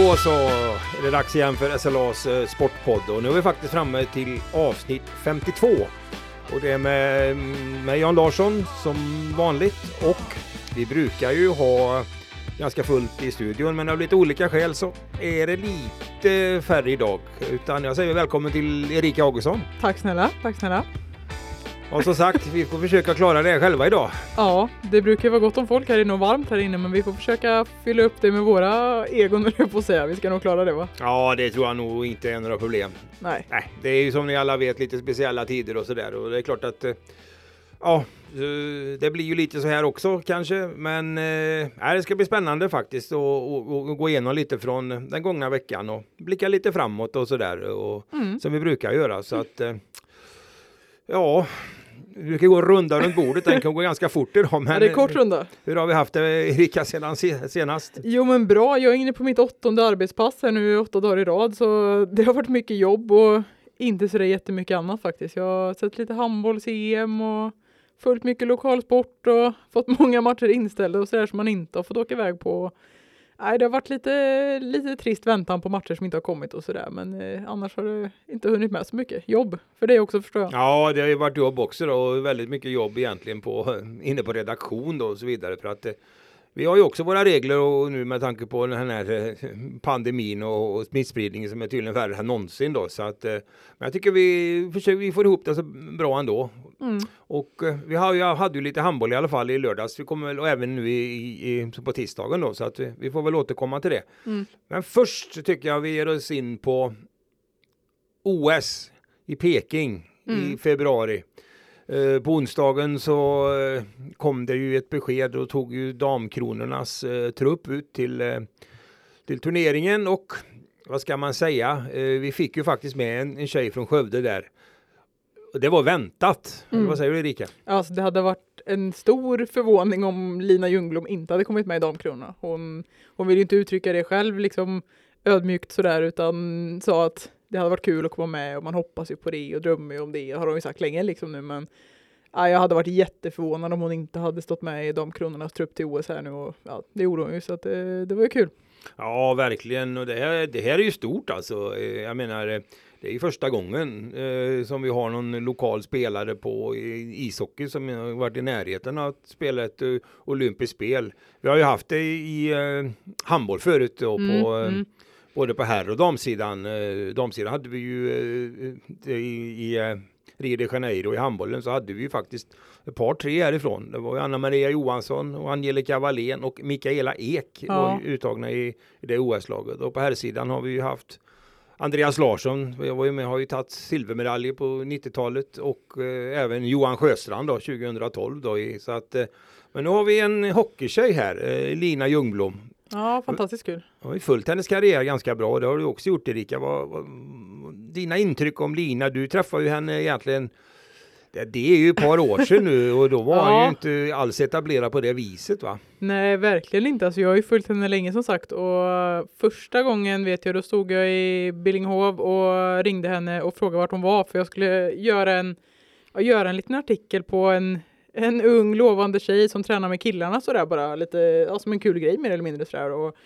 Då så är det dags igen för SLAs sportpodd och nu är vi faktiskt framme till avsnitt 52 och det är med Jan Larsson som vanligt och vi brukar ju ha ganska fullt i studion men av lite olika skäl så är det lite färre idag utan jag säger välkommen till Erika Augustsson. Tack snälla, tack snälla. Och som sagt, vi får försöka klara det själva idag. Ja, det brukar vara gott om folk här inne och varmt här inne men vi får försöka fylla upp det med våra egon eller på att säga. Vi ska nog klara det va? Ja, det tror jag nog inte är några problem. Nej. Nej, det är ju som ni alla vet lite speciella tider och sådär och det är klart att ja, det blir ju lite så här också kanske men det ska bli spännande faktiskt att gå igenom lite från den gångna veckan och blicka lite framåt och sådär och som vi brukar göra så att ja, vi kan gå runda runt bordet, den kan gå ganska fort idag. Men det är kort runda. Hur har vi haft det Erika sedan senast? Jo men bra, jag är inne på mitt 8:e arbetspass här nu 8 dagar i rad så det har varit mycket jobb och inte så det jättemycket annat faktiskt. Jag har sett lite handbolls-EM och följt mycket lokalsport och fått många matcher inställda och sådär som man inte har fått åka iväg på. Nej, det har varit lite trist väntan på matcher som inte har kommit och sådär. Men annars har det inte hunnit med så mycket jobb. För det också förstår jag. Ja, det har ju varit jobb också då. Och väldigt mycket jobb egentligen inne på redaktion då och så vidare. För att vi har ju också våra regler och nu med tanke på den här pandemin och smittspridningen som är tydligen värre än någonsin då. Så att, men jag tycker vi får ihop det så bra ändå. Och vi hade ju lite handboll i alla fall i lördags. Vi kommer väl, och även nu på tisdagen då. Så att vi får väl återkomma till det. Men först tycker jag vi ger oss in på OS i Peking i februari. På onsdagen så kom det ju ett besked och tog ju damkronornas trupp ut till turneringen och vad ska man säga, vi fick ju faktiskt med en tjej från Skövde där. Och det var väntat. Vad säger du Erika? Alltså det hade varit en stor förvåning om Lina Ljungblom inte hade kommit med i damkronorna. Hon vill ju inte uttrycka det själv liksom ödmjukt sådär utan sa att det hade varit kul att komma med och man hoppas ju på det och drömmer ju om det har de ju sagt länge liksom nu men jag hade varit jätteförvånad om hon inte hade stått med i damkronornas trupp till OS här nu och ja, det gjorde hon ju så att det var ju kul. Ja verkligen och det här är ju stort alltså, jag menar det är ju första gången som vi har någon lokal spelare på ishockey som har varit i närheten att spela ett olympiskt spel. Vi har ju haft det i handboll förut då, både på herr- och damsidan. Damsidan hade vi ju i Rio de Janeiro i handbollen så hade vi ju faktiskt ett par tre härifrån. Det var ju Anna-Maria Johansson och Angelica Wallén och Mikaela Ek var uttagna i det OS-laget. Och på herrsidan har vi ju haft Andreas Larsson, jag var ju med, har ju tagit silvermedaljer på 90-talet och även Johan Sjöstrand då 2012 då så att men nu har vi en hockeytjej här, Lina Ljungblom. Ja, fantastiskt kul. Jag har ju följt hennes karriär ganska bra, det har du också gjort Erika. Dina intryck om Lina, du träffade ju henne egentligen, det är ju ett par år sedan nu och då var han ju inte alls etablerad på det viset va? Nej, verkligen inte. Alltså, jag har ju följt henne länge som sagt och första gången vet jag, då stod jag i Billinghov och ringde henne och frågade vart hon var för jag skulle göra en liten artikel på en ung lovande tjej som tränar med killarna sådär bara lite som en kul grej mer eller mindre sådär och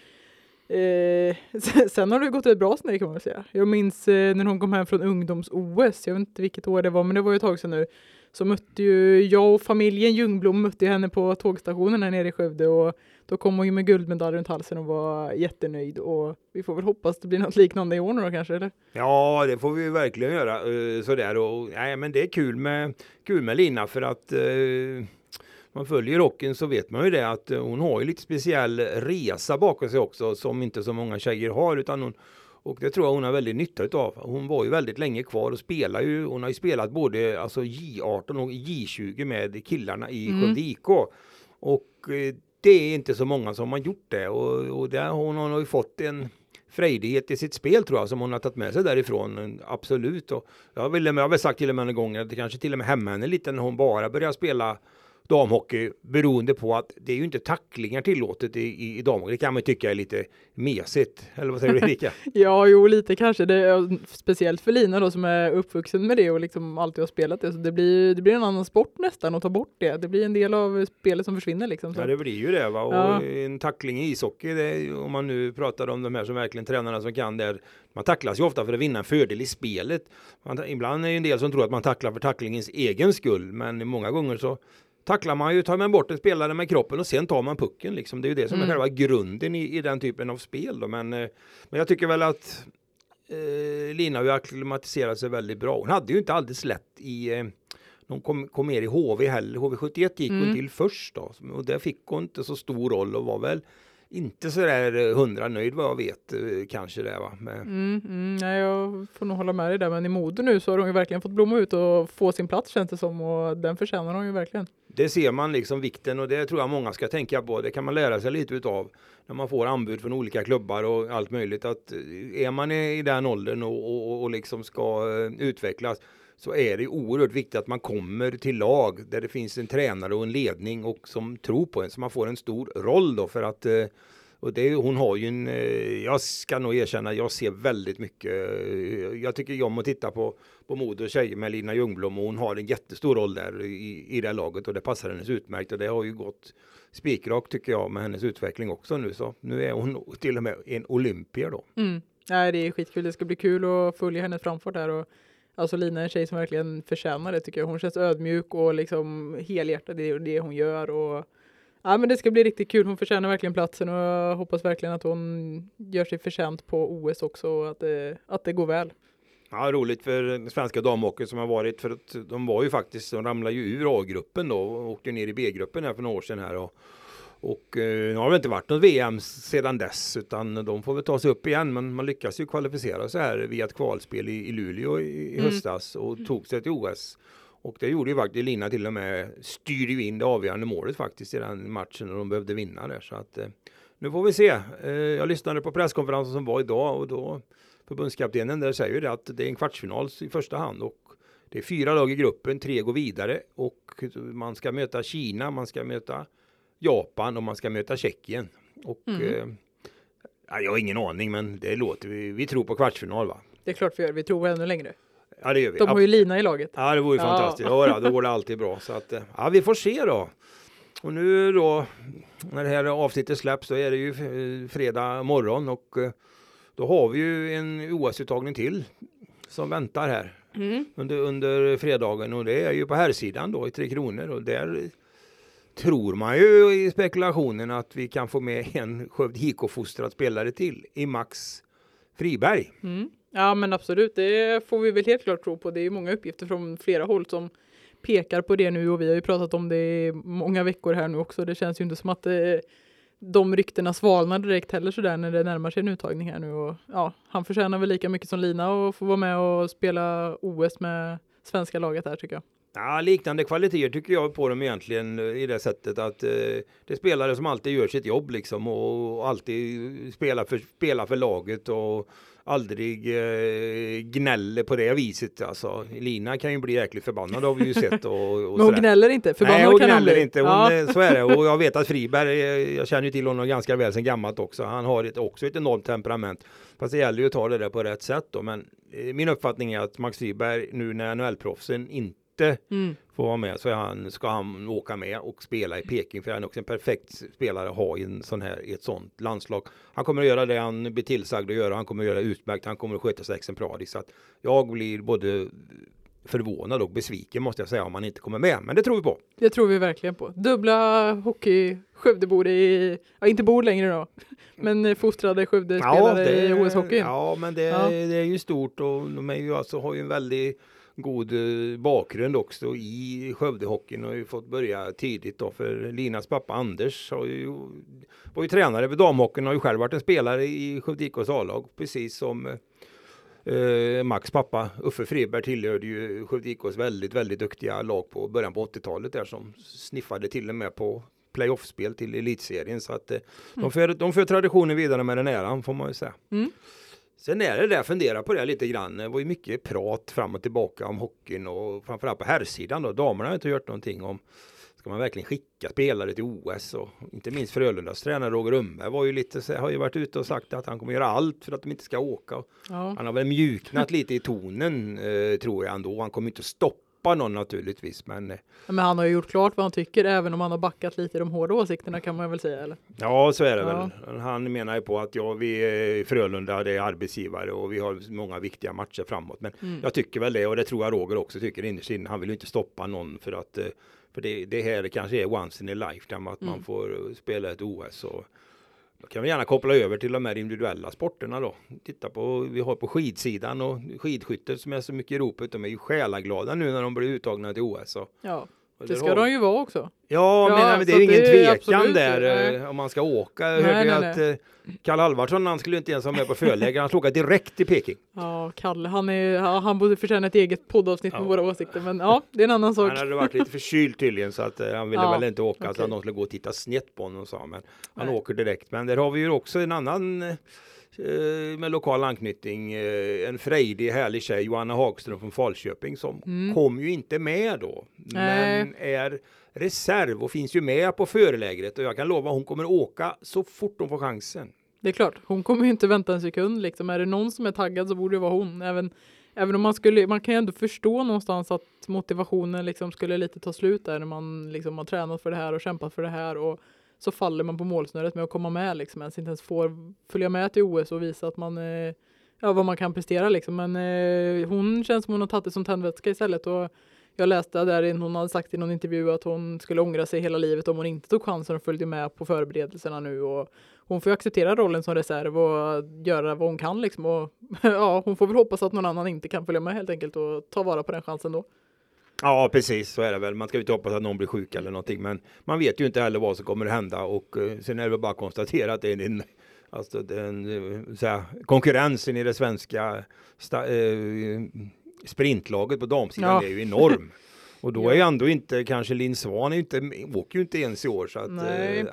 sen har det gått ett bra snö kan man väl säga. Jag minns när hon kom hem från ungdoms-OS, jag vet inte vilket år det var men det var ju ett tag sedan nu, så mötte ju jag och familjen Ljungblom mötte henne på tågstationen här nere i Skövde och då kom hon ju med guldmedalj runt halsen och var jättenöjd och vi får väl hoppas det blir något liknande i år nu då kanske eller? Ja det får vi verkligen göra sådär och nej men det är kul med Lina för att man följer rocken så vet man ju det att hon har ju lite speciell resa bakom sig också som inte så många tjejer har utan och det tror jag hon har väldigt nytta utav. Hon var ju väldigt länge kvar och spelar ju, hon har ju spelat både alltså J18 och J20 med killarna i Skövde IK och det är inte så många som har gjort det och där hon har ju fått en frejdighet i sitt spel tror jag som hon har tagit med sig därifrån, absolut och jag har väl sagt till och med en gång att det kanske till och med hemma henne lite när hon bara börjar spela damhockey beroende på att det är ju inte tacklingar tillåtet i damhockey. Det kan man tycka är lite mesigt. Eller vad säger du, Erika? Ja, jo, lite kanske. Det är, speciellt för Lina då som är uppvuxen med det och liksom alltid har spelat det. Så det blir en annan sport nästan att ta bort det. Det blir en del av spelet som försvinner liksom. Så. Ja, det blir ju det, va? Och Ja. en tackling i ishockey, det, om man nu pratar om de här som verkligen tränarna som kan där, man tacklas ju ofta för att vinna en fördel i spelet. Ibland är det en del som tror att man tacklar för tacklingens egen skull, men många gånger så tacklar man ju, tar man bort en spelare med kroppen och sen tar man pucken liksom. Det är ju det som är själva grunden i den typen av spel då. Men jag tycker väl att Lina har ju akklimatiserat sig väldigt bra. Hon hade ju inte alldeles lätt i hon kom mer i HV heller. HV71 gick hon till först då. Och där fick hon inte så stor roll och var väl inte så där 100 nöjd vad jag vet kanske det, va. Nej, jag får nog hålla med dig där. Men i Modo nu så har hon ju verkligen fått blomma ut och få sin plats känns det som. Och den förtjänar hon ju verkligen. Det ser man liksom vikten och det tror jag många ska tänka på. Det kan man lära sig lite utav när man får anbud från olika klubbar och allt möjligt. Att är man i den åldern och liksom ska utvecklas så är det oerhört viktigt att man kommer till lag där det finns en tränare och en ledning och som tror på en så man får en stor roll då för att och det, hon har ju en, jag ska nog erkänna, jag ser väldigt mycket, jag tycker om att titta på Modo och tjejer med Lina Ljungblom och hon har en jättestor roll där i det laget och det passar hennes utmärkt och det har ju gått spikrakt tycker jag med hennes utveckling också nu så nu är hon till och med en olympier då. Nej, det är skitkul, det ska bli kul att följa henne framför där och alltså Lina är en tjej som verkligen förtjänar det tycker jag. Hon känns ödmjuk och liksom helhjärtad i det hon gör och ja, men det ska bli riktigt kul. Hon förtjänar verkligen platsen och jag hoppas verkligen att hon gör sig förtjänt på OS också och att det går väl. Ja, roligt för svenska damhockey som har varit för att de var ju faktiskt, de ramlade ju ur A-gruppen då och åkte ner i B-gruppen här för några år sedan här och nu har det inte varit något VM sedan dess utan de får väl ta sig upp igen men man lyckas ju kvalificera sig här via ett kvalspel i Luleå i höstas och tog sig till OS. Och det gjorde ju faktiskt Lina till och med styrde ju in det avgörande målet faktiskt i den matchen och de behövde vinna där. Så att nu får vi se. Jag lyssnade på presskonferensen som var idag och då förbundskaptenen där säger ju det att det är en kvartsfinal i första hand och det är 4 lag i gruppen, 3 går vidare och man ska möta Kina, man ska möta Japan och man ska möta Tjeckien. Och jag har ingen aning men det låter vi tror på kvartsfinal, va? Det är klart vi gör, vi tror ännu längre. Ja, det gör vi. De har ju Lina i laget. Ja, det vore ju fantastiskt. Ja, då går det alltid bra. Så att, ja, vi får se då. Och nu då, när det här avsnittet släpps, så är det ju fredag morgon och då har vi ju en OS-uttagning till som väntar här under fredagen och det är ju på här sidan då i 3 Kronor och där tror man ju i spekulationen att vi kan få med en Skövde HIK-fostrad spelare till i Max Friberg. Ja men absolut, det får vi väl helt klart tro på. Det är ju många uppgifter från flera håll som pekar på det nu och vi har ju pratat om det i många veckor här nu också. Det känns ju inte som att de ryktena svalnar direkt heller sådär när det närmar sig en uttagning här nu. Och, ja, han förtjänar väl lika mycket som Lina och få vara med och spela OS med svenska laget här tycker jag. Ja, liknande kvaliteter tycker jag på dem egentligen i det sättet att det är spelare som alltid gör sitt jobb liksom och alltid spelar för laget och aldrig gnäller på det viset. Alltså, Lina kan ju bli jäkligt förbannad har vi ju sett. Och men hon gnäller inte? Nej, hon gnäller inte. Ja. Så är det. Och jag vet att Friberg, jag känner ju till honom ganska väl sedan gammalt också. Han har också ett enormt temperament. Fast det gäller ju att ta det där på rätt sätt då. Men min uppfattning är att Max Friberg nu när NHL-proffsen inte får vara med så ska han åka med och spela i Peking för han är också en perfekt spelare att ha i ett sånt landslag. Han kommer att göra det han blir tillsagd att göra, han kommer att göra det utmärkt, han kommer att sköta sig exemplariskt så att jag blir både förvånad och besviken måste jag säga om han inte kommer med, men det tror vi på. Det tror vi verkligen på. Dubbla hockey Skövdebor inte bor längre då, men fostrade Skövdespelare i OS-hockey. Ja, men det är ju stort och de är ju har ju en väldigt god bakgrund också i Skövdehockeyn och har ju fått börja tidigt då för Linas pappa Anders var ju tränare för damhockeyn och har ju själv varit en spelare i Skövde IKs A-lag precis som Max pappa Uffe Friberg tillhörde ju Skövde IKs väldigt, väldigt duktiga lag på början på 80-talet där som sniffade till och med på playoff-spel till elitserien så att de för traditionen vidare med den äran får man ju säga. Sen är det där, fundera på det lite grann. Det var ju mycket prat fram och tillbaka om hockeyn och framförallt på herrsidan då. Damerna har inte hört någonting om ska man verkligen skicka spelare till OS? Och inte minst Frölundas tränare Roger Rönnberg var ju har ju varit ute och sagt att han kommer göra allt för att de inte ska åka. Ja. Han har väl mjuknat lite i tonen tror jag ändå. Han kommer inte stoppa någon naturligtvis. Men han har ju gjort klart vad han tycker, även om han har backat lite i de hårda åsikterna, kan man väl säga, eller? Ja, så är det väl. Han menar ju på att vi är Frölunda, det är arbetsgivare och vi har många viktiga matcher framåt. Men jag tycker väl det, och det tror jag Roger också tycker innerst inne. Han vill ju inte stoppa någon för det här kanske är once in a lifetime att man får spela ett OS. Och då kan vi gärna koppla över till de här individuella sporterna då. Titta på, vi har på skidsidan och skidskytter som är så mycket i ropet. De är ju själaglada nu när de blir uttagna till OS. Ja, det ska de ju vara också. Ja, men det är ingen tvekan där nej. om man ska åka. Hörde att Karl Halvarsson, han skulle inte ens vara med på förläggaren. Han skulle åka direkt till Peking. Ja, Kalle, han borde förtjäna ett eget poddavsnitt med våra åsikter. Men ja, det är en annan sak. Han hade varit lite förkyld tydligen så att han ville väl inte åka. Så att någon skulle gå och titta snett på honom och sa. Men han åker direkt. Men där har vi ju också en annan med lokal anknytning. En frejdig, härlig tjej, Johanna Hagström från Falköping, som kom ju inte med då. Men är reserv och finns ju med på förelägret. Och jag kan lova att hon kommer åka så fort hon får chansen. Det är klart, hon kommer ju inte vänta en sekund. Liksom. Är det någon som är taggad så borde det vara hon. Även om man kan ju ändå förstå någonstans att motivationen liksom skulle lite ta slut där när man liksom har tränat för det här och kämpat för det här, och så faller man på målsnöret med att komma med liksom, ens inte ens får följa med till OS och visa att man vad man kan prestera liksom. Men hon känns som hon har tagit det som tändvätska istället, och jag läste där hon hade sagt i någon intervju att hon skulle ångra sig hela livet om hon inte tog chansen och följde med på förberedelserna nu, och hon får ju acceptera rollen som reserv och göra vad hon kan liksom, och hon får väl hoppas att någon annan inte kan följa med helt enkelt och ta vara på den chansen då. Ja, precis, så är det väl. Man ska ju inte hoppas att någon blir sjuk eller någonting, men man vet ju inte heller vad som kommer att hända, och sen är det bara att konstatera att det är konkurrensen i det svenska sprintlaget på damsidan är ju enorm. Och då är ju ändå inte, kanske Linn Svan åker ju inte ens i år, så att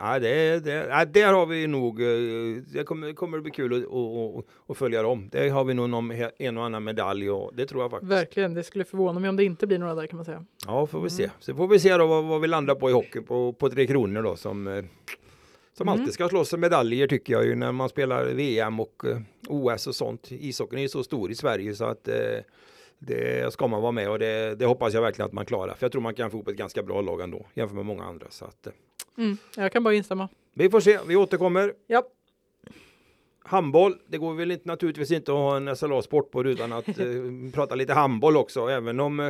där har vi nog, det kommer att bli kul att följa dem. Där har vi nog en och annan medalj, och det tror jag faktiskt. Verkligen, det skulle förvåna mig om det inte blir några där, kan man säga. Ja, får vi se. Så får vi se då vad vi landar på i hockey på 3 Kronor då, som alltid ska slåss om medaljer, tycker jag ju, när man spelar VM och OS och sånt. Ishockeyn är ju så stor i Sverige så att det ska man vara med, och det hoppas jag verkligen att man klarar. För jag tror man kan få upp ett ganska bra lag ändå, jämfört med många andra. Så att, jag kan bara instämma. Vi får se, vi återkommer. Ja. Handboll, det går väl naturligtvis inte att ha en SLA Sportpodd utan att prata lite handboll också. Även om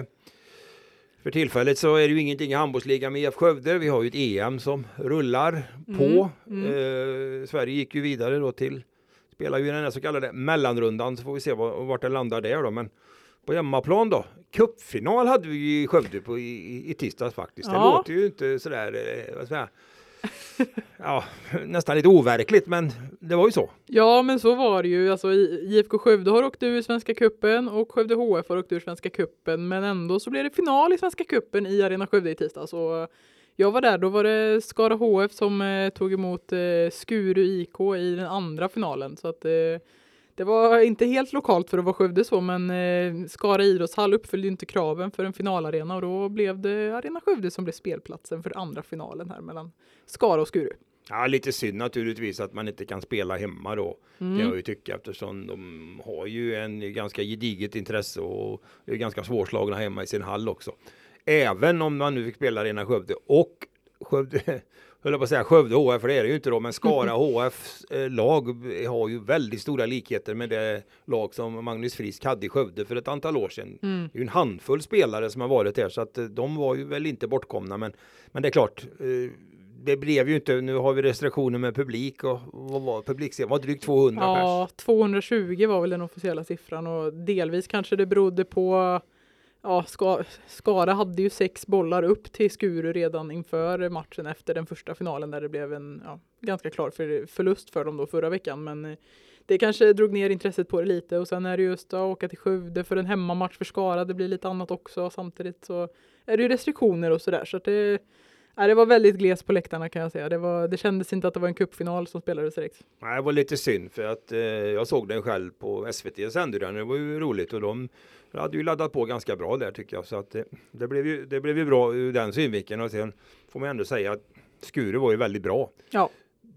för tillfället så är det ju ingenting i handbollsligan med IF Skövde. Vi har ju ett EM som rullar på. Sverige gick ju vidare då spelar ju den här så kallade mellanrundan, så får vi se vart det landar där då. Men på hemmaplan då, cupfinal hade vi ju i Skövde i tisdags faktiskt. Det låter ju inte sådär, vad säger jag, nästan lite overkligt, men det var ju så. Ja, men så var det ju. Alltså, IFK Skövde har åkt ur Svenska cupen och Skövde HF har åkt ur Svenska cupen, men ändå så blev det final i Svenska cupen i Arena Skövde i tisdags. Så jag var där, då var det Skara HF som tog emot Skuru IK i den andra finalen, så att det var inte helt lokalt för att vara Skövde så, men Skara idrottshall uppfyllde inte kraven för en finalarena, och då blev det Arena Skövde som blev spelplatsen för andra finalen här mellan Skara och Skuru. Ja, lite synd naturligtvis att man inte kan spela hemma då. Det jag ju tycker, eftersom de har ju en ganska gediget intresse och är ganska svårslagna hemma i sin hall också. Även om man nu fick spela Arena Skövde och Skövde, höll jag på att säga Skövde HF, för det är det ju inte då, men Skara HFs lag har ju väldigt stora likheter med det lag som Magnus Frisk hade i Skövde för ett antal år sedan. Det är ju en handfull spelare som har varit här, så att de var ju väl inte bortkomna, men det är klart, det blev ju inte, nu har vi restriktioner med publik, och vad var publiksiffran? Var drygt 200 pers? Ja, 220 var väl den officiella siffran, och delvis kanske det berodde på Skara hade ju 6 bollar upp till Skuru redan inför matchen efter den första finalen, där det blev en ganska klar förlust för dem då förra veckan, men det kanske drog ner intresset på det lite, och sen är det just att åka till Skövde för en hemmamatch för Skara, det blir lite annat också, samtidigt så är det ju restriktioner och sådär, så att Nej, det var väldigt gles på läktarna kan jag säga. Det kändes inte att det var en cupfinal som spelades direkt. Nej, det var lite synd för att jag såg den själv på SVT sände den. Det var ju roligt och de hade ju laddat på ganska bra där tycker jag. Så att det blev ju bra ur den synvinkeln och sen får man ändå säga att Skuru var ju väldigt bra. Ja.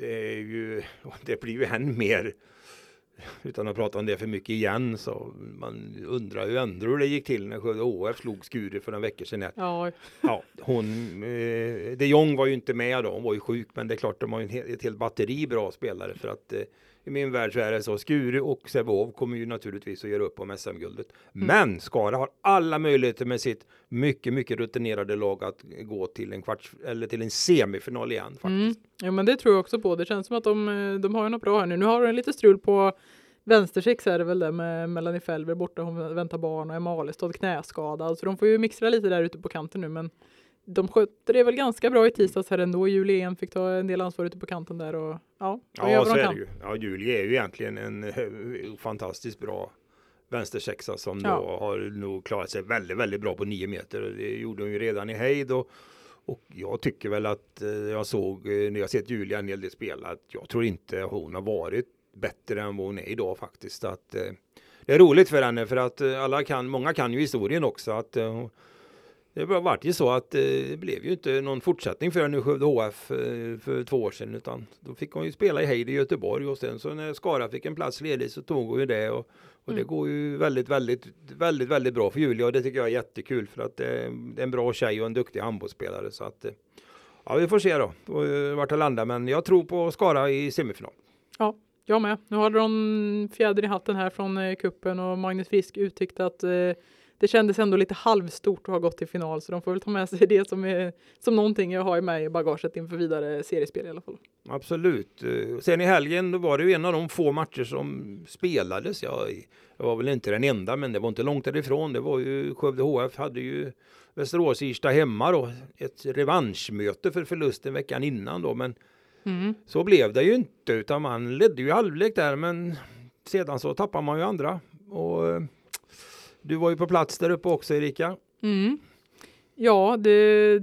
Det blir ju än mer utan att prata om det för mycket igen så man undrar ju ändå hur det gick till när Skövde HF slog Skuru för en vecka sedan. Ja. Ja, De Jong var ju inte med då, hon var ju sjuk men det är klart de har ju ett helt batteri bra spelare för att i min värld så är det så Skuru och Sävehof kommer ju naturligtvis att göra upp om SM-guldet. Men Skara har alla möjligheter med sitt mycket, mycket rutinerade lag att gå till en kvarts eller till en semifinal igen faktiskt. Ja men det tror jag också på. Det känns som att de har ju något bra här nu. Nu har de lite strul på vänstersex är det väl det med Melanie Felver borta. Hon väntar barn och Emma Alestad knäskadad. Så de får ju mixtra lite där ute på kanten nu men de skötte det väl ganska bra i tisdags här ändå. Julie En fick ta en del ansvar ute på kanten där och ja, så är det ju. Ja, Julie är ju egentligen en fantastiskt bra vänstersexa som då har nog klarat sig väldigt, väldigt bra på 9 meter. Det gjorde hon ju redan i hejd och jag tycker väl att jag såg när jag sett Julia en hel del spela att jag tror inte hon har varit bättre än vad hon är idag faktiskt. Att, det är roligt för henne för att många kan ju historien också att det har varit ju så att det blev ju inte någon fortsättning för henne i Skövde HF för 2 år sedan utan då fick hon ju spela i hejd i Göteborg och sen så när Skara fick en plats ledig så tog hon ju det och det går ju väldigt, väldigt, väldigt, väldigt bra för Julia och det tycker jag är jättekul för att det är en bra tjej och en duktig handbollsspelare så att ja vi får se då vart det landar men jag tror på Skara i semifinal. Ja, jag med. Nu har de fjäder i hatten här från kuppen och Magnus Frisk uttryckte att det kändes ändå lite halvstort att ha gått till final så de får väl ta med sig det som någonting jag har med i bagaget inför vidare seriespel i alla fall. Absolut. Sen i helgen då var det ju en av de få matcher som spelades. Jag var väl inte den enda men det var inte långt därifrån. Det var ju Skövde HF hade ju Västerås Irsta hemma då. Ett revanschmöte för förlusten veckan innan då men så blev det ju inte utan man ledde ju halvlek där men sedan så tappar man ju andra och du var ju på plats där uppe också, Erika. Ja, det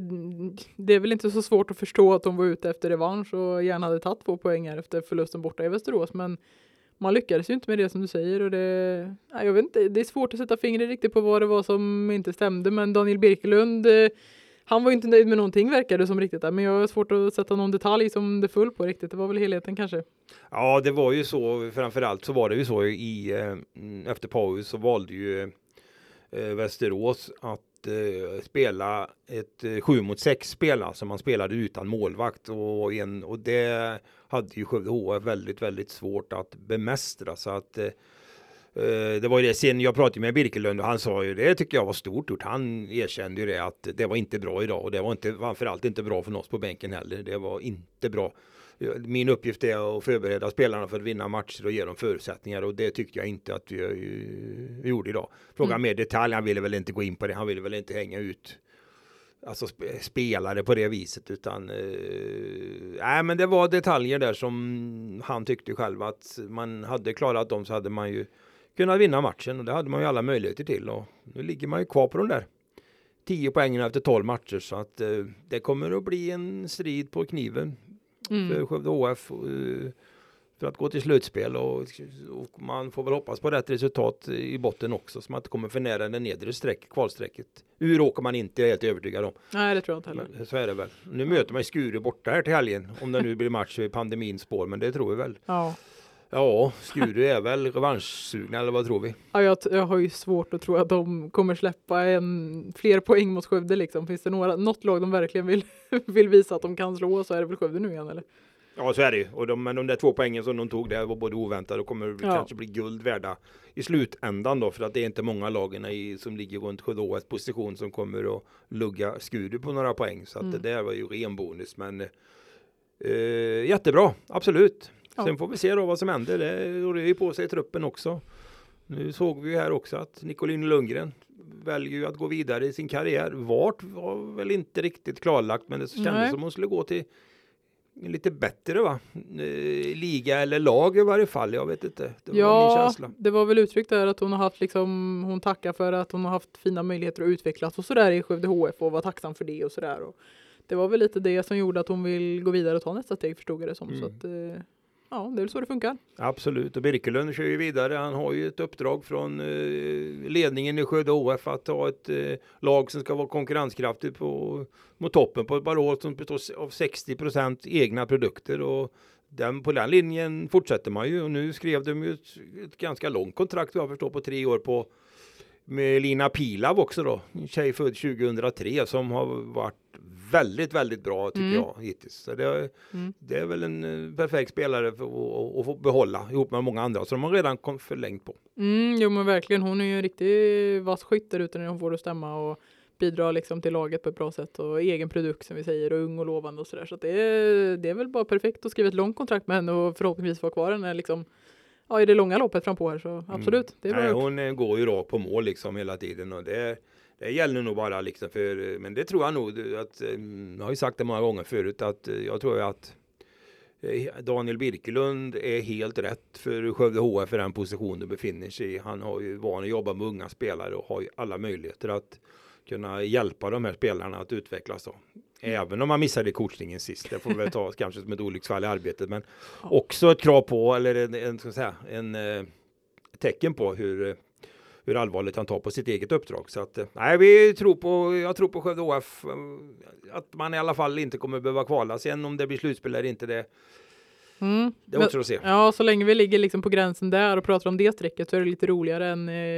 är väl inte så svårt att förstå att de var ute efter revansch och gärna hade tagit 2 poäng här efter förlusten borta i Västerås. Men man lyckades ju inte med det som du säger. Och jag vet inte, det är svårt att sätta fingret riktigt på vad det var som inte stämde. Men Daniel Birkelund, han var ju inte nöjd med någonting verkade som riktigt där. Men jag har svårt att sätta någon detalj som det föll på riktigt. Det var väl helheten kanske. Ja, det var ju så. Framförallt så var det ju så efter paus så valde ju Västerås att spela ett 7-mot-6 spel som man spelade utan målvakt och det hade ju Skövde HF väldigt, väldigt svårt att bemästra så att det var ju det sen jag pratade med Birkelund och han sa ju det tycker jag var stort gjort. Han erkände ju det att det var inte bra idag och det var inte framförallt inte bra för oss på bänken heller. Det var inte bra. Min uppgift är att förbereda spelarna för att vinna matcher och ge dem förutsättningar och det tyckte jag inte att vi gjorde idag. Frågan mer detalj, han ville väl inte gå in på det, han ville väl inte hänga ut alltså spelare på det viset utan men det var detaljer där som han tyckte själv att man hade klarat dem så hade man ju kunnat vinna matchen och det hade man ju alla möjligheter till och nu ligger man ju kvar på de där 10 poängen efter 12 matcher så att det kommer att bli en strid på kniven för Skövde HF för att gå till slutspel och man får väl hoppas på rätt resultat i botten också så man inte kommer för nära den nedre kvalsträcket. Hur åker man inte, är helt övertygad om. Nej, det tror jag inte heller. Men, så är det väl. Nu möter man Skuru borta här till helgen om det nu blir match i pandemins spår, men det tror vi väl. Ja, Skuru är väl revanschsugna eller vad tror vi? Ja, jag har ju svårt att tro att de kommer släppa fler poäng mot Skövde liksom. Finns det något lag de verkligen vill visa att de kan slå så är det väl Skövde nu igen eller? Ja, så är det ju. Men de där 2 poängen som de tog där var både oväntade och kommer kanske bli guld värda i slutändan då. För att det är inte många lagen som ligger runt Skövde HFs position som kommer att lugga Skuru på några poäng. Så att det där var ju ren bonus. Men jättebra, absolut. Ja. Sen får vi se då vad som händer. Det rör ju på sig i truppen också. Nu såg vi ju här också att Nicolin Lundgren väljer ju att gå vidare i sin karriär. Vart var väl inte riktigt klarlagt, men det kändes som hon skulle gå till lite bättre va? Liga eller lag i varje fall, jag vet inte. Det var min Ja, känsla. det var väl uttryckt där att hon har haft liksom, hon tackar för att hon har haft fina möjligheter att utvecklas och sådär i Skövde HF och var tacksam för det och sådär. Och det var väl lite det som gjorde att hon vill gå vidare och ta nästa steg, förstod jag det som. Så att, ja, det är väl så det funkar. Absolut, och Birkelund kör ju vidare. Han har ju ett uppdrag från ledningen i Skövde HF att ha ett lag som ska vara konkurrenskraftigt mot toppen på ett barol som består av 60% egna produkter. Och på den linjen fortsätter man ju. Och nu skrev de ju ett ganska långt kontrakt, jag förstår, på 3 år med Lina Pilav också då. En tjej född 2003 som har varit väldigt, väldigt bra tycker jag hittills. Så det är väl en perfekt spelare för att få behålla ihop med många andra som de har redan förlängt på. Jo men verkligen, hon är ju en riktig vass skytt där ute när hon får det stämma och bidrar liksom till laget på ett bra sätt och egen produkt som vi säger och ung och lovande och sådär. Så att det är väl bara perfekt att skriva ett långt kontrakt med henne och förhoppningsvis vara kvar henne liksom, ja, i det långa loppet fram på här så absolut. Det är bra. Nej, hon går ju rakt på mål liksom hela tiden och det gäller nog bara liksom men det tror jag nog att, jag har ju sagt det många gånger förut att jag tror att Daniel Birkelund är helt rätt för Skövde HF för den position du befinner sig i. Han har ju van att jobba med unga spelare och har ju alla möjligheter att kunna hjälpa de här spelarna att utvecklas då. Även om man missade coachningen sist. Det får vi väl ta kanske som ett olycksfall i arbetet. Men också ett krav på, eller en tecken på hur allvarligt han tar på sitt eget uppdrag. Så att, nej, jag tror på Skövde HF att man i alla fall inte kommer behöva kvala. Sen om det blir slutspel eller inte, det är också att se. Ja, så länge vi ligger liksom på gränsen där och pratar om det strecket så är det lite roligare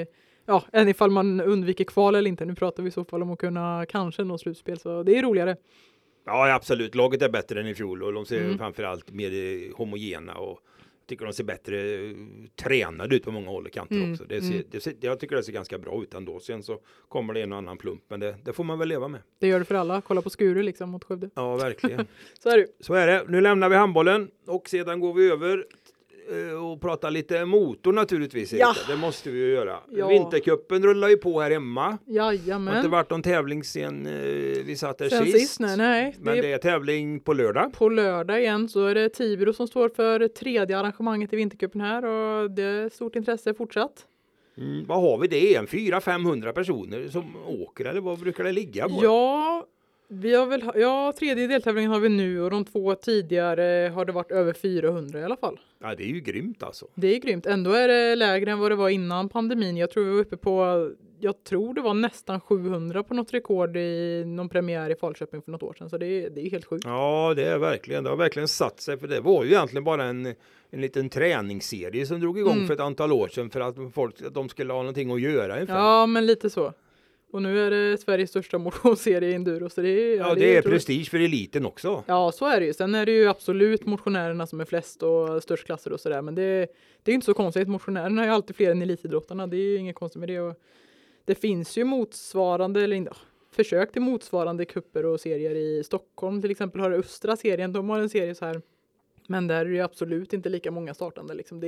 än ifall man undviker kval eller inte. Nu pratar vi i så fall om att kunna kanske nå slutspel, så det är roligare. Ja, absolut. Laget är bättre än i fjol och de ser framförallt mer homogena och tycker de ser bättre tränade ut på många håll och kanter också. Jag tycker det ser ganska bra ut ändå. Sen så kommer det en och annan plump, men det får man väl leva med. Det gör det för alla. Kolla på Skuru liksom mot Skövde. Ja, verkligen. Så är det. Nu lämnar vi handbollen och sedan går vi över och pratar lite motor naturligtvis. Ja. Det måste vi ju göra. Ja. Vintercupen rullar ju på här hemma. Jajamän. Det har inte varit någon tävling sen vi satt där sen sist. Nej. Men det är tävling på lördag. På lördag igen så är det Tibro som står för 3:e arrangemanget i Vintercupen här och det är stort intresse fortsatt. Vad har vi det? 400-500 personer som åker eller vad brukar det ligga på? Ja, vi har väl, 3:e deltävlingen har vi nu och de 2 tidigare har det varit över 400 i alla fall. Ja, det är ju grymt alltså. Det är grymt. Ändå är det lägre än vad det var innan pandemin. Jag tror vi var uppe på, det var nästan 700 på något rekord i någon premiär i Falköping för något år sedan. Så det är helt sjukt. Ja, det har verkligen satt sig. För det var ju egentligen bara en liten träningsserie som drog igång för ett antal år sedan för att de skulle ha någonting att göra ungefär. Ja, men lite så. Och nu är det Sveriges största motionsserie i enduro. Så det är prestige för eliten också. Ja, så är det ju. Sen är det ju absolut motionärerna som är flest och störst klasser och sådär. Men det är ju inte så konstigt. Motionärerna är ju alltid fler än elitidrottarna. Det är ju inget konstigt med det. Och det finns ju motsvarande, försök till motsvarande kupper och serier i Stockholm. Till exempel har det Östra serien. De har en serie så här. Men där är det ju absolut inte lika många startande. Liksom. Det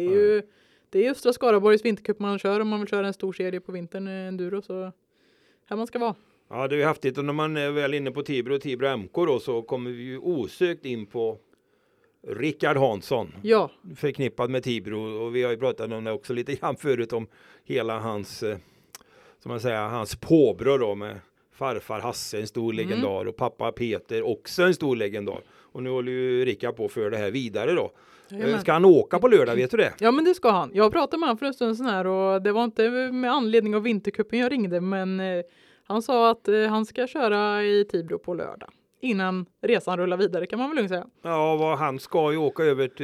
är Östra Skaraborgs vintercup man kör om man vill köra en stor serie på vintern enduro. Så här man ska vara. Ja, det är ju häftigt. Och när man är väl inne på Tibro MK då så kommer vi ju osökt in på Rickard Hansson. Ja. Förknippad med Tibro. Och vi har ju pratat om det också lite grann förut om hela hans, som man säger, hans påbrå då med farfar Hasse, en stor legendar, och pappa Peter, också en stor legendar. Och nu håller ju Rickard på för det här vidare då. Ska han åka på lördag, vet du det? Ja, men det ska han. Jag pratade med honom för en stund sedan här och det var inte med anledning av vintercupen jag ringde, men han sa att han ska köra i Tibro på lördag. Innan resan rullar vidare, kan man väl lugnt säga. Ja, han ska ju åka över till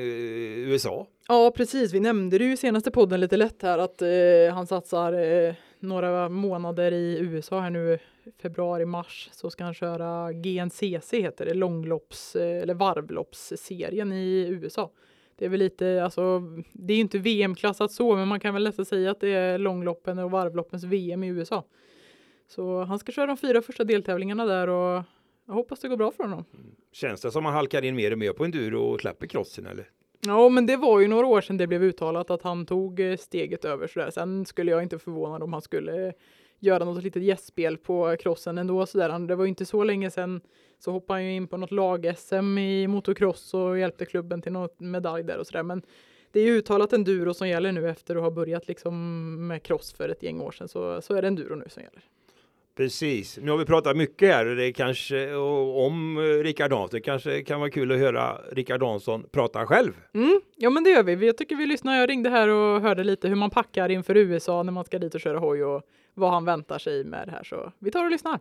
USA. Ja, precis. Vi nämnde det ju i senaste podden lite lätt här att han satsar några månader i USA här nu, februari-mars, så ska han köra GNCC heter det, långlopps eller varvloppsserien i USA. Det är väl lite, alltså, det är ju inte VM-klassat så, men man kan väl nästan säga att det är långloppen och varvloppens VM i USA. Så han ska köra de 4 första deltävlingarna där och jag hoppas det går bra för honom. Känns det som han halkar in mer och mer på enduro och släpper crossen eller? Ja, men det var ju några år sedan det blev uttalat att han tog steget över sådär. Sen skulle jag inte förvåna om han skulle göra något litet gästspel på crossen ändå. Så där. Det var ju inte så länge sedan så hoppade han ju in på något lag-SM i motocross och hjälpte klubben till något medalj där och sådär. Men det är ju uttalat enduro som gäller nu efter att ha börjat liksom med cross för ett gäng år sedan. Så är det enduro nu som gäller. Precis. Nu har vi pratat mycket här och det kanske om Rickard Hansson. Det kanske kan vara kul att höra Rickard Hansson prata själv. Ja, men det gör vi. Jag tycker vi lyssnar. Jag ringde här och hörde lite hur man packar inför USA när man ska dit och köra hoj och vad han väntar sig med det här. Så vi tar och lyssnar.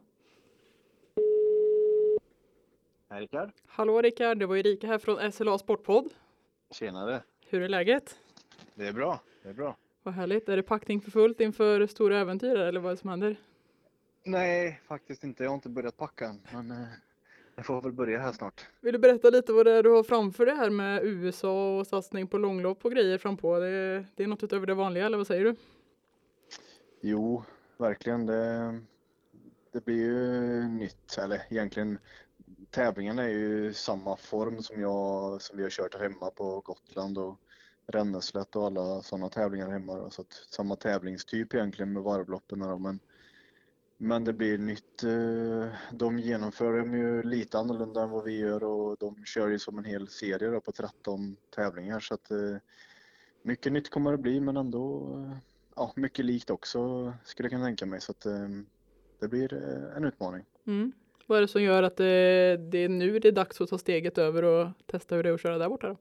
Hej Rickard. Hallå Rickard, det var Erika här från SLA Sportpodd. Tjenare. Hur är läget? Det är bra, det är bra. Vad härligt. Är det packning för fullt inför stora äventyr eller vad är det som händer? Nej, faktiskt inte. Jag har inte börjat packa än, men jag får väl börja här snart. Vill du berätta lite vad det är du har framför det här med USA och satsning på långlopp och grejer frampå? Det är något utöver det vanliga, eller vad säger du? Jo, verkligen. Det blir ju nytt, eller egentligen tävlingen är ju samma form som vi har kört hemma på Gotland och Ränneslätt och alla sådana tävlingar hemma då. Så att samma tävlingstyp egentligen med varvloppen då, men det blir nytt. De genomför dem ju lite annorlunda än vad vi gör och de kör ju som en hel serie då på 13 tävlingar så att mycket nytt kommer det bli men ändå mycket likt också skulle jag kunna tänka mig så att det blir en utmaning. Vad är det som gör att det är nu det är dags att ta steget över och testa hur det är att köra där borta då?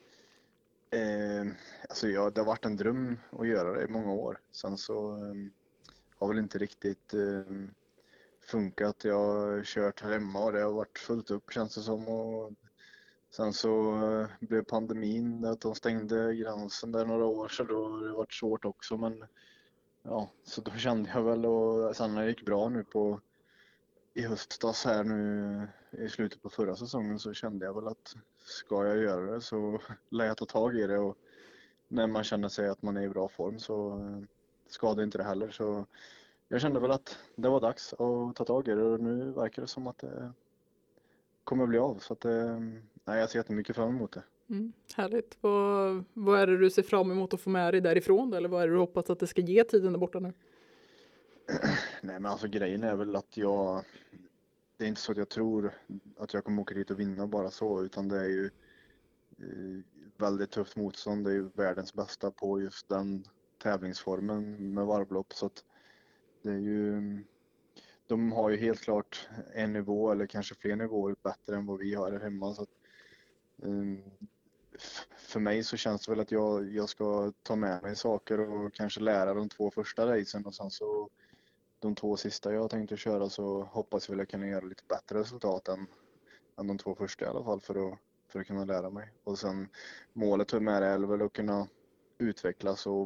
Det har varit en dröm att göra det i många år. Sen så har väl inte riktigt funkat. Jag har kört här hemma och det har varit fullt upp känns det som. Och sen så blev pandemin, att de stängde gränsen där några år så då har det varit svårt också. Men ja, så då kände jag väl och sen när det gick bra nu i höstas här nu i slutet på förra säsongen så kände jag väl att ska jag göra det så lär jag ta tag i det och när man känner sig att man är i bra form så skadar inte det heller så jag kände väl att det var dags att ta tag i det och nu verkar det som att det kommer att bli av så att jag ser jättemycket fram emot det. Härligt. Vad är det du ser fram emot att få med dig därifrån då? Eller vad är det du hoppas att det ska ge tiden där borta nu? Nej men alltså grejen är väl att det är inte så att jag tror att jag kommer åka dit och vinna bara så utan det är ju väldigt tufft motstånd. Det är ju världens bästa på just den tävlingsformen med varvlopp så att det är ju de har ju helt klart en nivå eller kanske fler nivåer bättre än vad vi har här hemma så att, för mig så känns det väl att jag ska ta med mig saker och kanske lära de 2 första racen och sen så de 2 sista jag tänkte köra så hoppas jag väl att kunna göra lite bättre resultat än de 2 första i alla fall för att kunna lära mig. Och sen målet med det är väl att kunna utvecklas och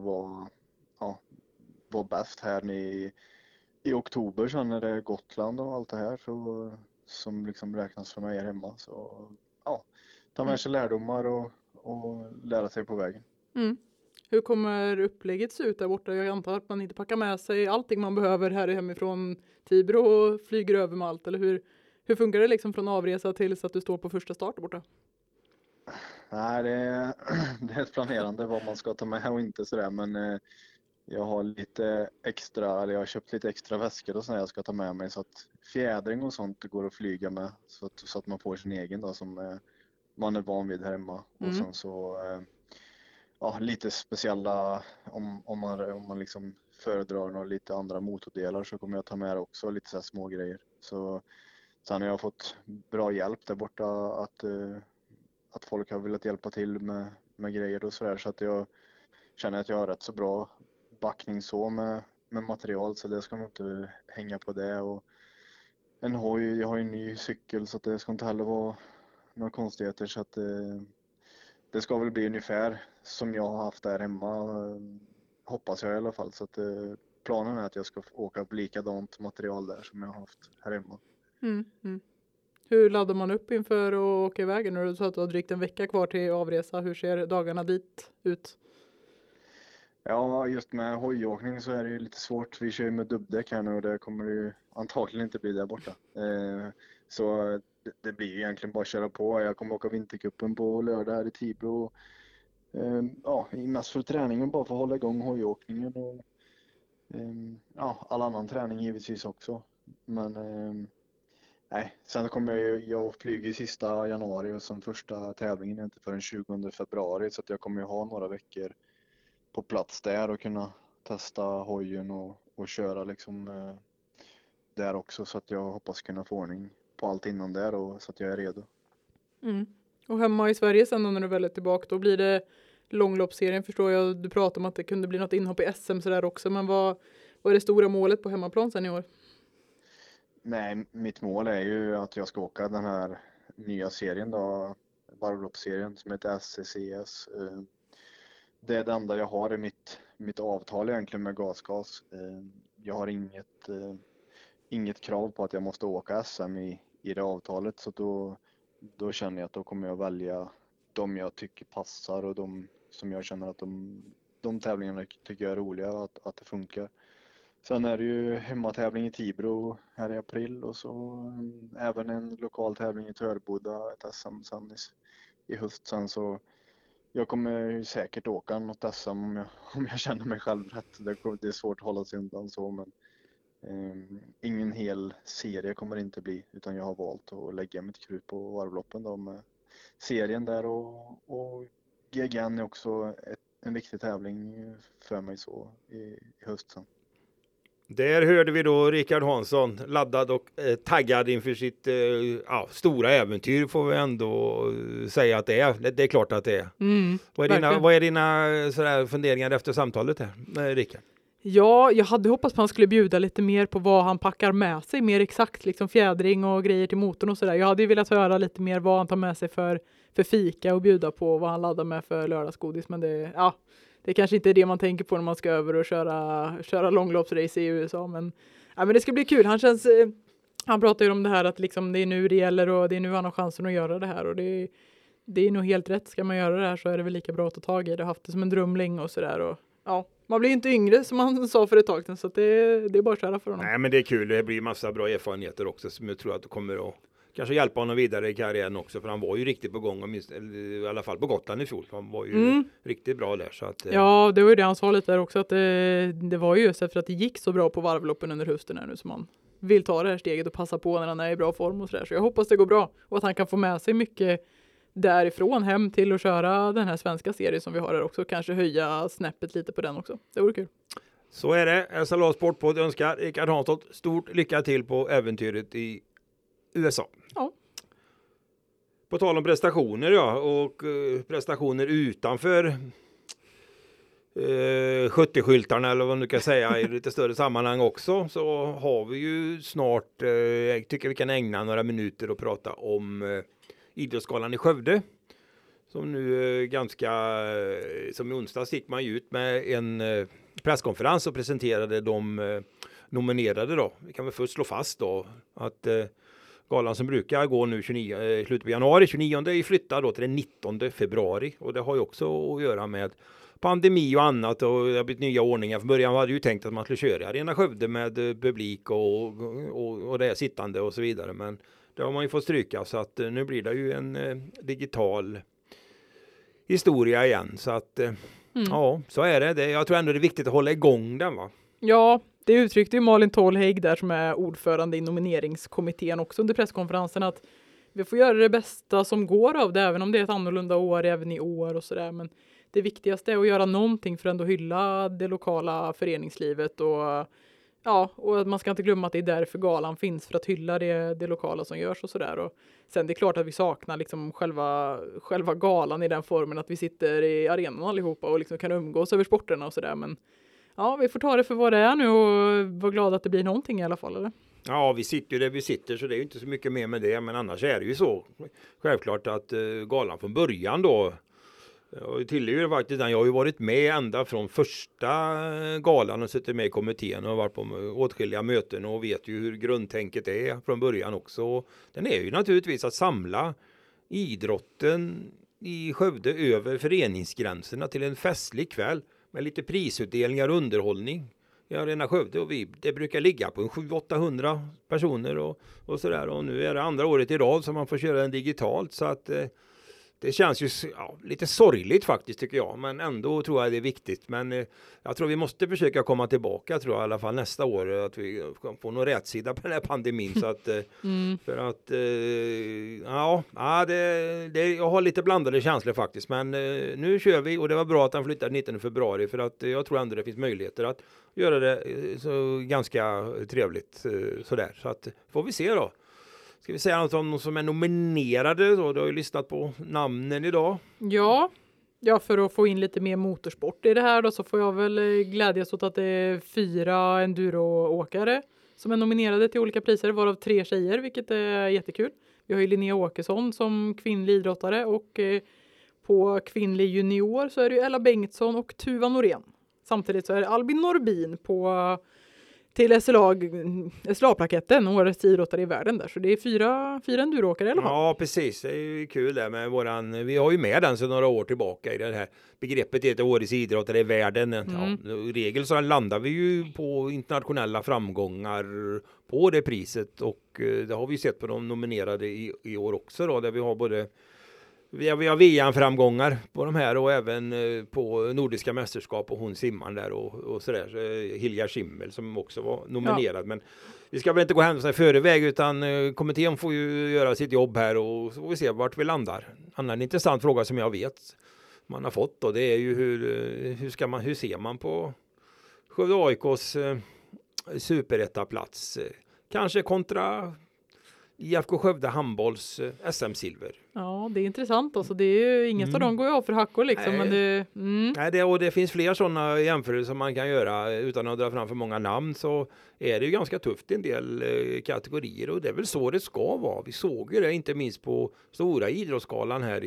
vara bäst här i oktober sen när det är Gotland och allt det här så, som liksom räknas för mig här hemma. Så ta med sig lärdomar och lära sig på vägen. Hur kommer upplägget se ut där borta? Jag antar att man inte packar med sig allting man behöver här hemifrån Tibro och flyger över med allt. Eller hur funkar det liksom från avresa till så att du står på första start där borta? Nej, det är ett planerande vad man ska ta med och inte sådär. Men jag har lite extra, eller jag har köpt lite extra väskor och sådär jag ska ta med mig. Så att fjädring och sånt går att flyga med. Så att man får sin egen då som man är van vid här hemma. Och sen så lite speciella om man liksom föredrar några lite andra motordelar så kommer jag ta med också lite så här små grejer. Så sen har jag fått bra hjälp där borta att folk har velat hjälpa till med grejer och sådär så att jag känner att jag har rätt så bra backning så med material så det ska nog inte hänga på det och jag har ju en ny cykel så att det ska inte heller vara några konstigheter så att det ska väl bli ungefär som jag har haft där hemma, hoppas jag i alla fall. Så att planen är att jag ska åka på likadant material där som jag har haft här hemma. Hur laddar man upp inför att åka iväg? När du sa att du har drygt en vecka kvar till avresa, hur ser dagarna dit ut? Ja, just med hojåkning så är det ju lite svårt. Vi kör ju med dubbdäck här nu och det kommer ju antagligen inte bli där borta. Så det blir ju egentligen bara att köra på. Jag kommer åka vintercupen på lördag här i Tibro. Mest för träningen bara för att hålla igång hojåkningen. Och, ja, all annan träning givetvis också. Men nej, sen kommer jag flyger sista januari och som första tävlingen är inte förrän 20 februari, så att jag kommer ju ha några veckor på plats där och kunna testa hojen och köra liksom där också, så att jag hoppas kunna få ordning på allt innan där och så att jag är redo. Och hemma i Sverige sen då, när du väl är tillbaka, då blir det långloppsserien, förstår jag. Du pratar om att det kunde bli något inhopp i SM så där också, men vad är det stora målet på hemmaplan sen i år? Nej, mitt mål är ju att jag ska åka den här nya serien då, varvloppsserien som heter SCCS. Det är det enda jag har i mitt avtal egentligen med GasGas. Jag har inget krav på att jag måste åka SM i det avtalet, så då känner jag att då kommer jag välja de jag tycker passar och de som jag känner att de tävlingarna tycker jag är roliga, att det funkar. Sen är det ju hemmatävling i Tibro här i april och så även en lokal tävling i Törboda, ett SM sen i höst sen, så jag kommer ju säkert åka något SM om jag känner mig själv rätt. Det är svårt att hålla sig undan så, men ingen hel serie kommer det inte bli, utan jag har valt att lägga mitt krut på varvloppen då med serien där, och GGN är också en viktig tävling för mig så i hösten. Där hörde vi då Rickard Hansson laddad och taggad inför sitt stora äventyr, får vi ändå säga att det är. Det är klart att det är. Vad är dina sådär funderingar efter samtalet här med Rickard? Ja, jag hade hoppats på att han skulle bjuda lite mer på vad han packar med sig, mer exakt liksom fjädring och grejer till motorn och sådär. Jag hade ju velat höra lite mer vad han tar med sig för fika och bjuda på, vad han laddar med för lördagsgodis, men det kanske inte är det man tänker på när man ska över och köra långloppsrace i USA, men det ska bli kul. Han pratar ju om det här att liksom det är nu det gäller och det är nu han har chansen att göra det här, och det är nog helt rätt. Ska man göra det här så är det väl lika bra att ta tag i det. Jag har haft det som en dröm länge och sådär, och ja, man blir inte yngre som man sa för ett tag sedan, så att det är bara att köra för honom. Nej, men det är kul. Det blir massa bra erfarenheter också som jag tror att det kommer att kanske hjälpa honom vidare i karriären också, för han var ju riktigt på gång, i alla fall på Gotland i fjol. Han var ju riktigt bra där. Så att, ja, det var ju det han sa lite där också, att det var ju just för att det gick så bra på varvloppen under hösten här nu, som han vill ta det här steget och passa på när han är i bra form och sådär. Så jag hoppas det går bra och att han kan få med sig mycket därifrån hem till att köra den här svenska serien som vi har här också. Kanske höja snäppet lite på den också. Det vore kul. Så är det. SLA Sportpodd önskar Rickard Hansson stort lycka till på äventyret i USA. Ja. På tal om prestationer, och prestationer utanför 70-skyltarna eller vad man kan säga i lite större sammanhang också, så har vi ju snart, jag tycker vi kan ägna några minuter och prata om Idrottsgalan i Skövde. Som nu som i onsdags gick man ju ut med en presskonferens och presenterade de nominerade då. Vi kan väl först slå fast då att galan som brukar gå nu slutet på januari 29 är flyttad då till den 19 februari. Och det har ju också att göra med pandemi och annat, och det har blivit nya ordningar. Från början hade ju tänkt att man skulle köra i Arena Skövde med publik och det är sittande och så vidare. Men det har man ju fått stryka, så att nu blir det ju en digital historia igen. Så att ja, så är det. Jag tror ändå det är viktigt att hålla igång den, va? Ja, det uttryckte ju Malin Tolhägg där, som är ordförande i nomineringskommittén, också under presskonferensen, att vi får göra det bästa som går av det, även om det är ett annorlunda år även i år och sådär. Men det viktigaste är att göra någonting för att ändå hylla det lokala föreningslivet, och att man ska inte glömma att det är därför galan finns, för att hylla det lokala som görs och sådär. Och sen det är klart att vi saknar liksom själva galan i den formen att vi sitter i arenan allihopa och liksom kan umgås över sporterna och sådär. Men ja, vi får ta det för vad det är nu och vara glada att det blir någonting i alla fall, eller? Ja, vi sitter ju där vi sitter, så det är ju inte så mycket mer med det. Men annars är det ju så självklart att galan från början då, och tillhör faktiskt den, jag har ju varit med ända från första galan och suttit med i kommittén och varit på åtskilliga möten och vet ju hur grundtänket är från början också. Den är ju naturligtvis att samla idrotten i Skövde över föreningsgränserna till en festlig kväll med lite prisutdelningar och underhållning i Arena Skövde, och det brukar ligga på 700-800 personer och sådär, och nu är det andra året i rad som man får köra den digitalt, så att det känns ju lite sorgligt faktiskt tycker jag, men ändå tror jag det är viktigt. Men jag tror vi måste försöka komma tillbaka, tror jag i alla fall nästa år, att vi får någon rätsida på den här pandemin. Så att, för att, jag har lite blandade känslor faktiskt, men nu kör vi, och det var bra att han flyttade 19 februari, för att jag tror ändå det finns möjligheter att göra det så ganska trevligt sådär. Så att får vi se då. Ska vi säga något om någon som är nominerade då? Du har ju lyssnat på namnen idag. Ja, för att få in lite mer motorsport i det här då, så får jag väl glädjas åt att det är 4 enduroåkare som är nominerade till olika priser, varav 3 tjejer, vilket är jättekul. Vi har ju Linnea Åkesson som kvinnlig idrottare, och på kvinnlig junior så är det ju Ella Bengtsson och Tuva Norén. Samtidigt så är det Albin Norbin till SLA-plaketten, årets idrottare i världen där. Så det är 4 enduroåkare i alla fall. Ja, precis. Det är ju kul det med vi har ju med den sedan några år tillbaka i det här begreppet heter årets idrottare i världen. Ja, i regel så landar vi ju på internationella framgångar på det priset, och det har vi sett på de nominerade i år också då, där vi har både vi har VM-framgångar på de här, och även på nordiska mästerskap, och hon simmaren där och sådär. Hilja Schimmel som också var nominerad. Ja. Men vi ska väl inte gå händelserna i förväg, utan kommittén får ju göra sitt jobb här, och så får vi se vart vi landar. Annan intressant fråga som jag vet man har fått då, det är ju hur ser man på Skövde AIKs superettaplats? Kanske kontra IFK Skövde handbolls SM-silver. Ja, det är intressant. Alltså, det är ju inget av dem går ju av för hackor liksom. Nej. Men Nej, och det finns fler sådana jämförelser som man kan göra utan att dra fram för många namn, så är det ju ganska tufft i en del kategorier, och det är väl så det ska vara. Vi såg ju det inte minst på stora idrottsskalan här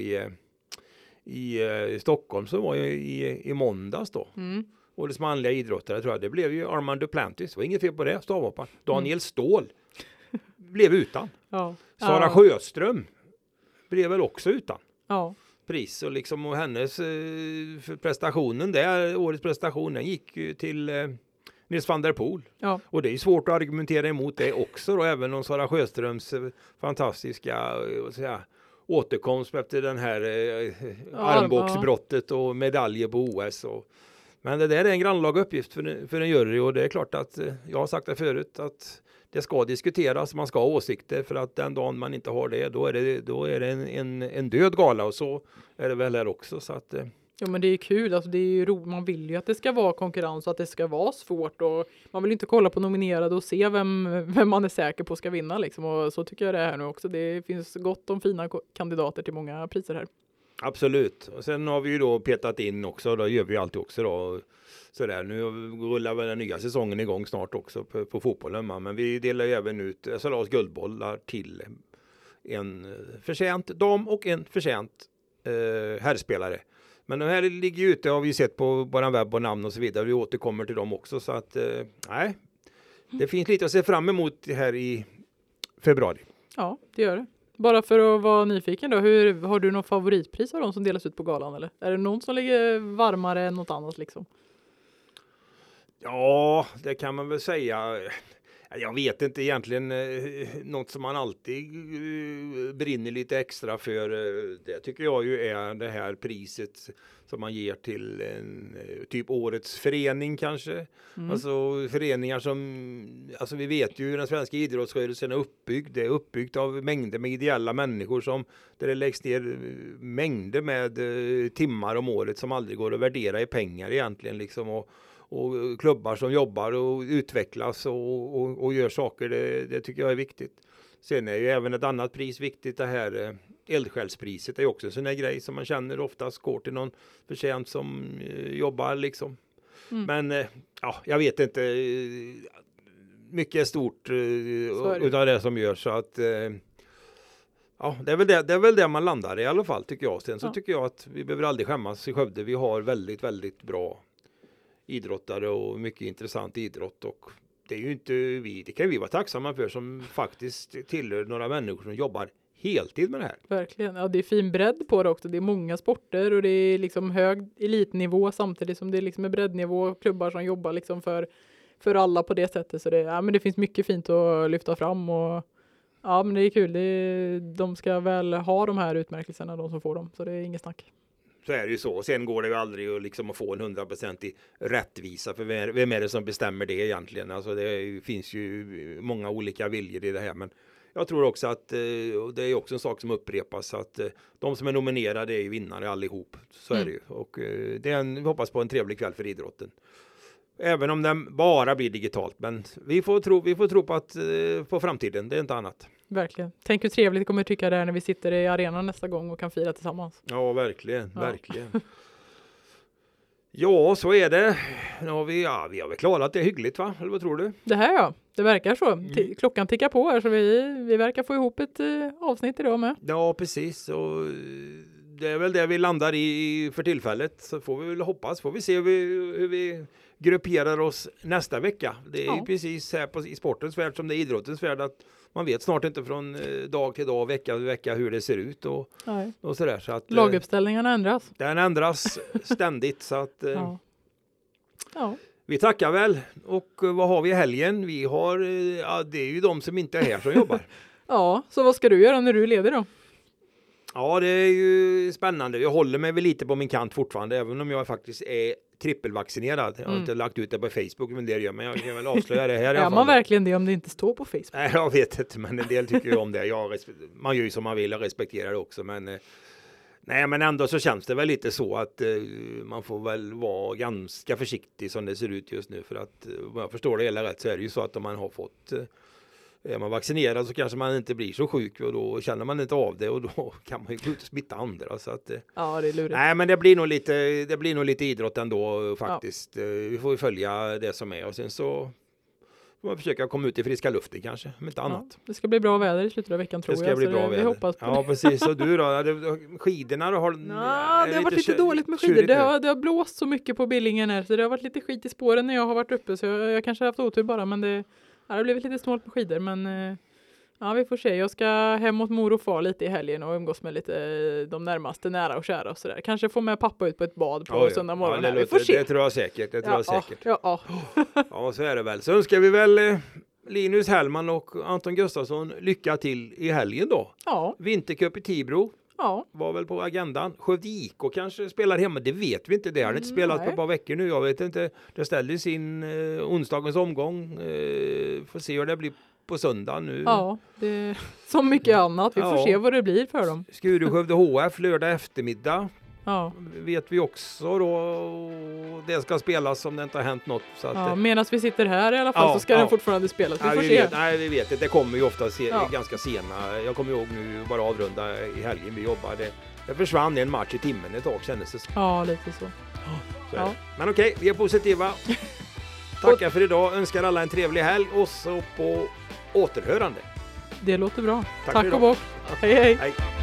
i Stockholm, som var ju i måndags då. Och det manliga idrottare, tror jag, det blev ju Armand Duplantis. Det var inget fel på det, stavhopparen. Daniel Ståhl blev utan. Ja. Sara Sjöström blev väl också utan pris. Och liksom, och hennes för prestationen där, årets prestation, den gick ju till Nils van der Poel. Ja. Och det är svårt att argumentera emot det också då, även om Sara Sjöströms fantastiska återkomst efter den här armbågsbrottet och medaljer på OS. Men det där är en grannlaga uppgift för en jury, och det är klart att jag har sagt det förut att det ska diskuteras, man ska ha åsikter, för att den dagen man inte har det, då är det en död gala, och så är det väl här också. Så att, Ja, men det är kul, alltså det är ju man vill ju att det ska vara konkurrens och att det ska vara svårt, och man vill inte kolla på nominerade och se vem man är säker på ska vinna liksom, och så tycker jag det är här nu också. Det finns gott om fina kandidater till många priser här. Absolut, och sen har vi ju då petat in också, då gör vi alltid också då. Sådär, nu rullar väl den nya säsongen igång snart också på fotbollen. Men vi delar ju även ut SLAs guldbollar till en förtjänt dam och en förtjänt herrspelare. Men de här ligger ju ute, har vi sett på vår webb och namn och så vidare. Vi återkommer till dem också. Så att, det finns lite att se fram emot här i februari. Ja, det gör det. Bara för att vara nyfiken då, har du någon favoritpris av de som delas ut på galan, eller? Är det någon som ligger varmare än något annat liksom? Ja, det kan man väl säga. Jag vet inte egentligen något som man alltid brinner lite extra för. Det tycker jag ju är det här priset som man ger till typ årets förening kanske. Alltså föreningar som, alltså vi vet ju hur den svenska idrottsrörelsen är uppbyggd. Det är uppbyggt av mängder med ideella människor där det läggs ner mängder med timmar om året som aldrig går att värdera i pengar egentligen liksom, och klubbar som jobbar och utvecklas och gör saker, det tycker jag är viktigt. Sen är ju även ett annat pris viktigt, det här eldsjälspriset är ju också en sån här grej som man känner oftast går till någon förtjänt som jobbar liksom. Men jag vet inte, mycket är stort utav det som görs, så att det är väl det man landar i alla fall tycker jag. Sen så tycker jag att vi behöver aldrig skämmas i Skövde. Vi har väldigt, väldigt bra idrottare och mycket intressant idrott, och det är ju inte det kan vi vara tacksamma för som faktiskt tillhör några människor som jobbar heltid med det här. Verkligen, ja, det är fin bredd på det också. Det är många sporter och det är liksom hög elitnivå samtidigt som det liksom är breddnivå, klubbar som jobbar liksom för alla på det sättet, så men det finns mycket fint att lyfta fram, och Ja, men det är kul. De ska väl ha de här utmärkelserna, de som får dem. Så det är inget snack. Så är det ju så. Sen går det ju aldrig att, liksom, att få en 100% rättvisa. För vem är det som bestämmer det egentligen? Alltså finns ju många olika viljor i det här. Men jag tror också att det är också en sak som upprepas. Att de som är nominerade är ju vinnare allihop. Så är det ju. Och vi hoppas på en trevlig kväll för idrotten. Även om den bara blir digitalt. Men vi får tro på framtiden. Det är inte annat. Verkligen. Tänk hur trevligt det kommer att tycka det när vi sitter i arenan nästa gång och kan fira tillsammans. Ja, verkligen. Ja. Verkligen. Ja, så är det. Vi har väl klarat det hyggligt, va? Eller vad tror du? Det här ja, det verkar så. Klockan tickar på här så vi verkar få ihop ett avsnitt idag med. Ja, precis. Och det är väl det vi landar i för tillfället. Så får vi väl hoppas. Får vi se hur vi grupperar oss nästa vecka. Det är ju precis här i sportens värld som det är idrottens värld att man vet snart inte från dag till dag, vecka till vecka hur det ser ut och sådär. Så att, laguppställningarna ändras. Den ändras ständigt. Så att, vi tackar väl. Och vad har vi i helgen? Vi har, det är ju de som inte är här som jobbar. Ja, så vad ska du göra när du är ledig då? Ja, det är ju spännande. Jag håller mig väl lite på min kant fortfarande, även om jag faktiskt är trippelvaccinerad. Jag har inte lagt ut det på Facebook, men det gör, men jag kan väl avslöja det här i alla fall. Man verkligen det om det inte står på Facebook? Nej, jag vet inte, men en del tycker ju om det. Man gör ju som man vill och respekterar det också, men nej, men ändå så känns det väl lite så att man får väl vara ganska försiktig som det ser ut just nu, för att om jag förstår det hela rätt så är det ju så att om man har fått är man vaccinerad så kanske man inte blir så sjuk och då känner man inte av det och då kan man ju gå ut och smitta andra. Så att, ja, det är lurigt. Nej, men det blir nog lite idrott ändå faktiskt. Ja. Vi får ju följa det som är och sen så får man försöka komma ut i friska luften kanske, om inte annat. Det ska bli bra väder i slutet av veckan tror jag. Det ska bli bra väder. Vi hoppas på det. Ja, precis. Och du då? Skidorna då? Det har varit lite dåligt med skidor. Det har blåst så mycket på Billingen här så det har varit lite skit i spåren när jag har varit uppe så jag kanske har haft otur bara, men det har blivit lite snålt på skidor, men vi får se. Jag ska hem mot mor och far lite i helgen och umgås med lite de närmaste nära och kära och sådär. Kanske få med pappa ut på ett bad på söndag morgon. Ja, vi får se. Det tror jag säkert. Ja, så är det väl. Så önskar vi väl Linus Hellman och Anton Gustafsson lycka till i helgen då. Ja. Vintercup i Tibro. Ja. Var väl på agendan. Skövde IK kanske spelar hemma, det vet vi inte. Det har inte spelat på ett par veckor nu. Jag vet inte. Det ställdes in onsdagens omgång. Får se hur det blir på söndag nu. Ja, det är som mycket annat. Vi får se vad det blir för dem. Skuru Skövde HF lördag eftermiddag. Ja. Vet vi också då. Det ska spelas om det inte har hänt något. Så att, medan vi sitter här i alla fall så ska den fortfarande spelas. Vi får se. Vi vet det. Det kommer ju ofta ganska sena. Jag kommer ihåg nu bara avrunda i helgen vi jobbade. Det försvann en match i timmen ett tag kändes det så. Ja, lite så. Men okej, vi är positiva. Tackar för idag. Önskar alla en trevlig helg och så på återhörande. Det låter bra. Tack och bock. Hej.